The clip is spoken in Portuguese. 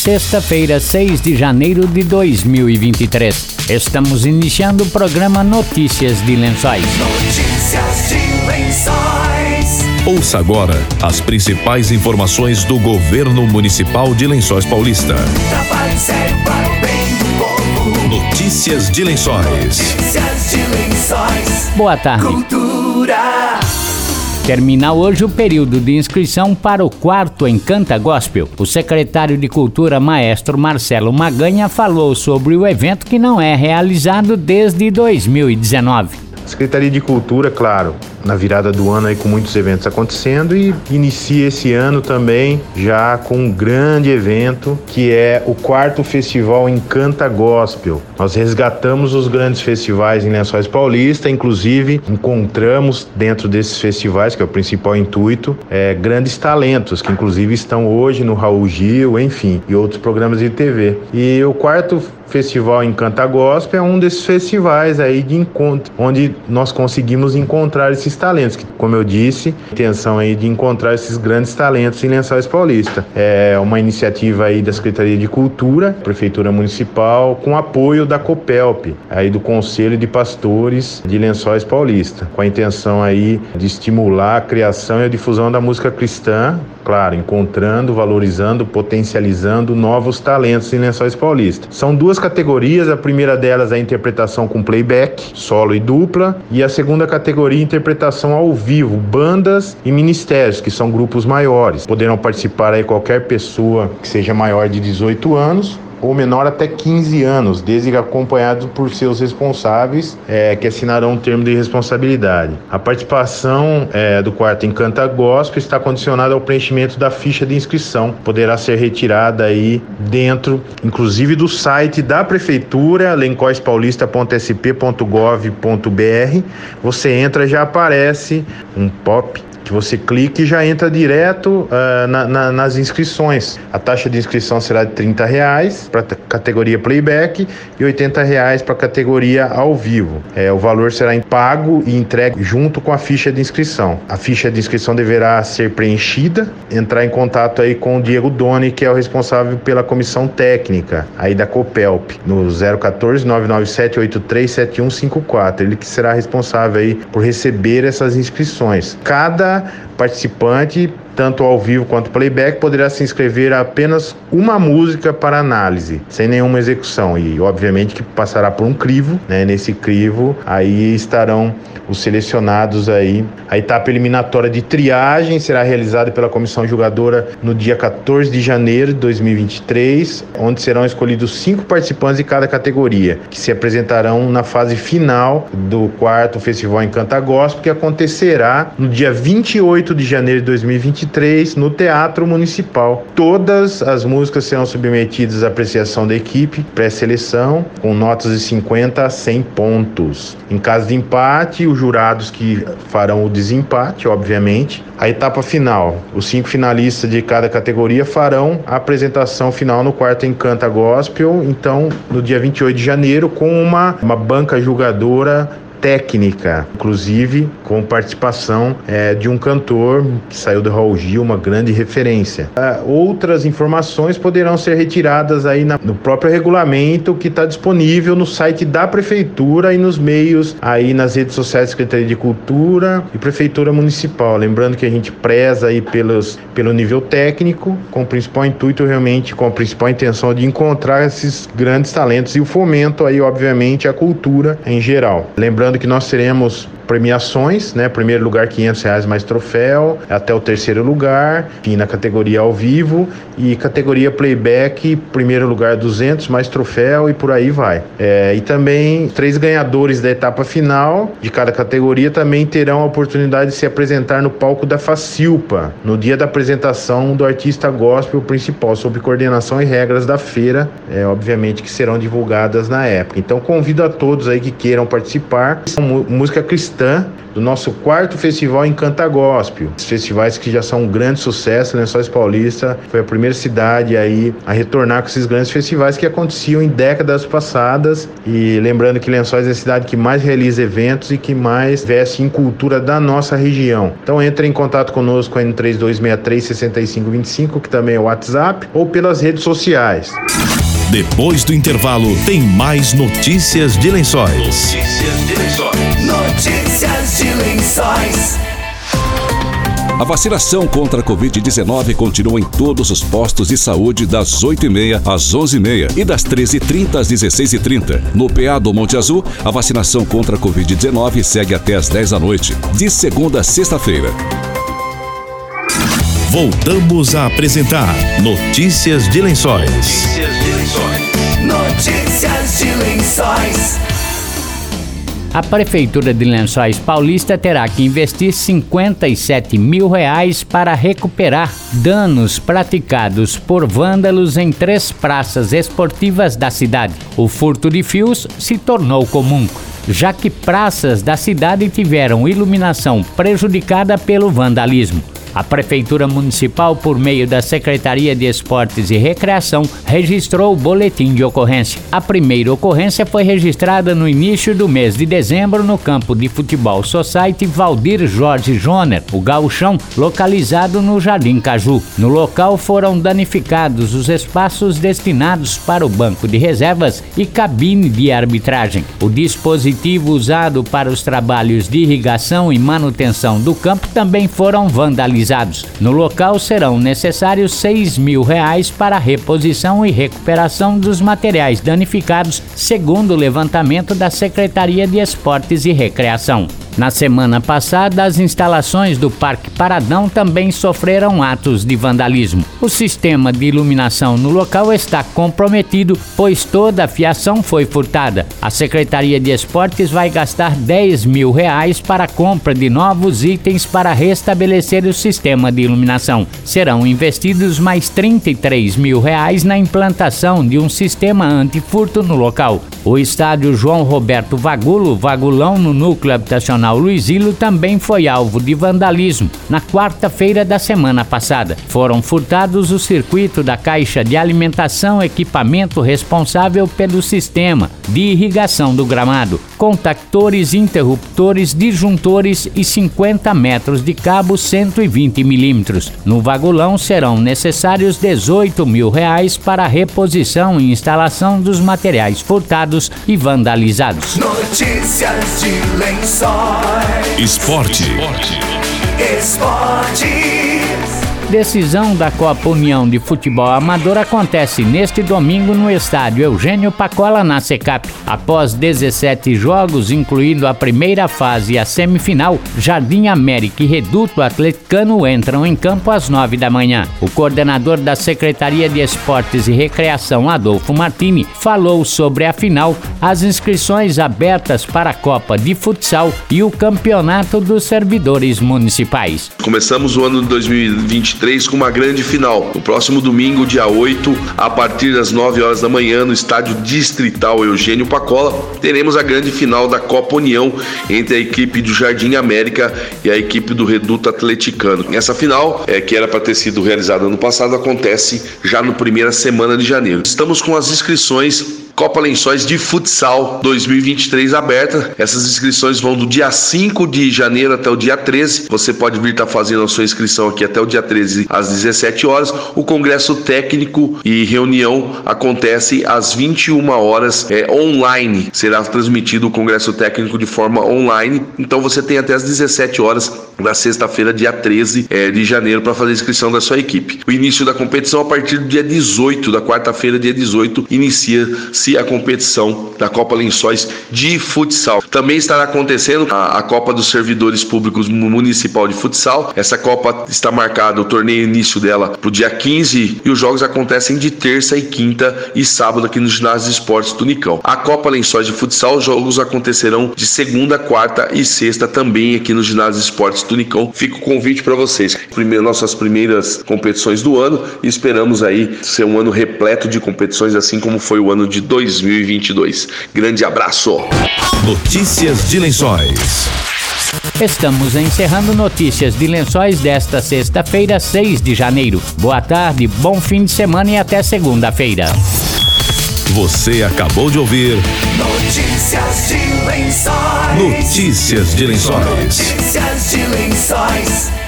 sexta-feira, 6 de janeiro de 2023. Estamos iniciando o programa Notícias de Lençóis. Notícias de Lençóis. Ouça agora as principais informações do governo municipal de Lençóis Paulista. Trabalho sério para o bem do povo. Notícias de Lençóis. Notícias de Lençóis. Boa tarde. Cultura. Termina hoje o período de inscrição para o quarto Encanta Gospel. O secretário de Cultura, maestro Marcelo Maganha, falou sobre o evento que não é realizado desde 2019. A Secretaria de Cultura, claro, na virada do ano aí com muitos eventos acontecendo, e inicia esse ano também já com um grande evento que é o quarto Festival Encanta Gospel. Nós resgatamos os grandes festivais em Lençóis Paulista, inclusive encontramos dentro desses festivais, que é o principal intuito, grandes talentos que inclusive estão hoje no Raul Gil, enfim, e outros programas de TV. E o quarto Festival Encanta Gospel é um desses festivais aí de encontro, onde nós conseguimos encontrar esses talentos, que, como eu disse, a intenção aí de encontrar esses grandes talentos em Lençóis Paulista. É uma iniciativa aí da Secretaria de Cultura, Prefeitura Municipal, com apoio da Copelp, aí do Conselho de Pastores de Lençóis Paulista, com a intenção aí de estimular a criação e a difusão da música cristã, claro, encontrando, valorizando, potencializando novos talentos em Lençóis Paulista. São duas categorias, a primeira delas é a interpretação com playback, solo e dupla, e a segunda categoria, interpretação ao vivo, bandas e ministérios, que são grupos maiores. Poderão participar aí qualquer pessoa que seja maior de 18 anos, ou menor até 15 anos, desde que acompanhado por seus responsáveis, que assinarão um termo de responsabilidade. A participação do quarto Encanta Gospel está condicionada ao preenchimento da ficha de inscrição. Poderá ser retirada aí dentro, inclusive, do site da Prefeitura, lencoispaulista.sp.gov.br. Você entra, já aparece um pop que você clica e já entra direto nas inscrições. A taxa de inscrição será de R$30 para a categoria playback e R$80 para a categoria ao vivo. O valor será pago e entregue junto com a ficha de inscrição. A ficha de inscrição deverá ser preenchida, entrar em contato aí com o Diego Doni, que é o responsável pela comissão técnica aí da Copelp, no 014-997-837154. Ele que será responsável aí por receber essas inscrições. Cada participante, tanto ao vivo quanto playback, poderá se inscrever a apenas uma música para análise, sem nenhuma execução, e obviamente que passará por um crivo, né? Nesse crivo aí estarão os selecionados aí. A etapa eliminatória de triagem será realizada pela comissão julgadora no dia 14 de janeiro de 2023, onde serão escolhidos 5 participantes de cada categoria, que se apresentarão na fase final do quarto Festival Encanta Gospel, que acontecerá no dia 28 de janeiro de 2023, no Teatro Municipal. Todas as músicas serão submetidas à apreciação da equipe pré-seleção, com notas de 50 a 100 pontos. Em caso de empate, os jurados que farão o desempate, obviamente. A etapa final, os 5 finalistas de cada categoria farão a apresentação final no quarto Encanta Gospel, então, no dia 28 de janeiro, com uma banca julgadora técnica, inclusive com participação de um cantor que saiu do Raul Gil, uma grande referência. Outras informações poderão ser retiradas aí no próprio regulamento, que está disponível no site da Prefeitura e nos meios aí nas redes sociais da Secretaria de Cultura e Prefeitura Municipal. Lembrando que a gente preza aí pelo nível técnico, com o principal intuito realmente, com a principal intenção de encontrar esses grandes talentos e o fomento aí, obviamente, a cultura em geral. Lembrando que nós teremos premiações, né? Primeiro lugar R$500 mais troféu, até o terceiro lugar, enfim, na categoria ao vivo, e categoria playback, primeiro lugar 200 mais troféu, e por aí vai. E também 3 ganhadores da etapa final de cada categoria também terão a oportunidade de se apresentar no palco da Facilpa, no dia da apresentação do artista gospel principal, sob coordenação e regras da feira, obviamente que serão divulgadas na época. Então convido a todos aí que queiram participar. Música cristã cristã do nosso 4º festival Encanta Gospel. Esses festivais que já são um grande sucesso, Lençóis Paulista foi a primeira cidade aí a retornar com esses grandes festivais que aconteciam em décadas passadas. E lembrando que Lençóis é a cidade que mais realiza eventos e que mais investe em cultura da nossa região. Então entre em contato conosco aí no 3263-6525, que também é o WhatsApp, ou pelas redes sociais. Depois do intervalo, tem mais Notícias de Lençóis. Notícias de Lençóis. Notícias de Lençóis. A vacinação contra a Covid-19 continua em todos os postos de saúde das 8h30 às 11h30 e das 13h30 às 16h30. No PA do Monte Azul, a vacinação contra a Covid-19 segue até às 10 da noite, de segunda a sexta-feira. Voltamos a apresentar Notícias de Lençóis. Notícias de Lençóis. Notícias de Lençóis. A Prefeitura de Lençóis Paulista terá que investir R$57 mil para recuperar danos praticados por vândalos em 3 praças esportivas da cidade. O furto de fios se tornou comum, já que praças da cidade tiveram iluminação prejudicada pelo vandalismo. A Prefeitura Municipal, por meio da Secretaria de Esportes e Recreação, registrou o boletim de ocorrência. A primeira ocorrência foi registrada no início do mês de dezembro no campo de futebol Society Valdir Jorge Joner, o gauchão, localizado no Jardim Caju. No local foram danificados os espaços destinados para o banco de reservas e cabine de arbitragem. O dispositivo usado para os trabalhos de irrigação e manutenção do campo também foram vandalizados. No local serão necessários R$6 mil para a reposição e recuperação dos materiais danificados, segundo o levantamento da Secretaria de Esportes e Recreação. Na semana passada, as instalações do Parque Paradão também sofreram atos de vandalismo. O sistema de iluminação no local está comprometido, pois toda a fiação foi furtada. A Secretaria de Esportes vai gastar R$10 mil para a compra de novos itens para restabelecer o sistema de iluminação. Serão investidos mais R$33 mil na implantação de um sistema antifurto no local. O estádio João Roberto Vagulo, Vagulão, no núcleo habitacional Luizilo, também foi alvo de vandalismo na quarta-feira da semana passada. Foram furtados o circuito da caixa de alimentação, equipamento responsável pelo sistema de irrigação do gramado, contactores, interruptores, disjuntores e 50 metros de cabo 120 milímetros. No Vagulão serão necessários R$18 mil para a reposição e instalação dos materiais furtados e vandalizados. Notícias de Lençóis. Esporte. Decisão da Copa União de Futebol Amador acontece neste domingo no estádio Eugênio Pacola, na Secap. Após 17 jogos, incluindo a primeira fase e a semifinal, Jardim América e Reduto Atleticano entram em campo às 9 da manhã. O coordenador da Secretaria de Esportes e Recreação, Adolfo Martini, falou sobre a final, as inscrições abertas para a Copa de Futsal e o Campeonato dos Servidores Municipais. Começamos o ano de 2023 com uma grande final. No próximo domingo, dia 8, a partir das 9 horas da manhã, no estádio distrital Eugênio Pacola, teremos a grande final da Copa União entre a equipe do Jardim América e a equipe do Reduto Atleticano. Essa final, que era para ter sido realizada ano passado, acontece já na primeira semana de janeiro. Estamos com as inscrições Copa Lençóis de Futsal 2023 aberta. Essas inscrições vão do dia 5 de janeiro até o dia 13. Você pode vir estar fazendo a sua inscrição aqui até o dia 13 às 17 horas. O congresso técnico e reunião acontece às 21 horas online. Será transmitido o congresso técnico de forma online. Então você tem até às 17 horas da sexta-feira, dia 13 de janeiro, para fazer a inscrição da sua equipe. O início da competição a partir do dia 18, da quarta-feira, dia 18, inicia-se a competição da Copa Lençóis de Futsal. Também estará acontecendo a Copa dos Servidores Públicos Municipal de Futsal. Essa Copa está marcada, o torneio início dela, para o dia 15, e os jogos acontecem de terça e quinta e sábado aqui no Ginásio de Esportes Tunicão. A Copa Lençóis de Futsal, os jogos acontecerão de segunda, quarta e sexta também aqui no Ginásio de Esportes Tunicão. Fica o convite para vocês. Nossas primeiras competições do ano, e esperamos aí ser um ano repleto de competições, assim como foi o ano de 2022. Grande abraço. Notícias de Lençóis. Estamos encerrando notícias de Lençóis desta sexta-feira, 6 de janeiro. Boa tarde, bom fim de semana e até segunda-feira. Você acabou de ouvir Notícias de Lençóis. Notícias de Lençóis. Notícias de Lençóis.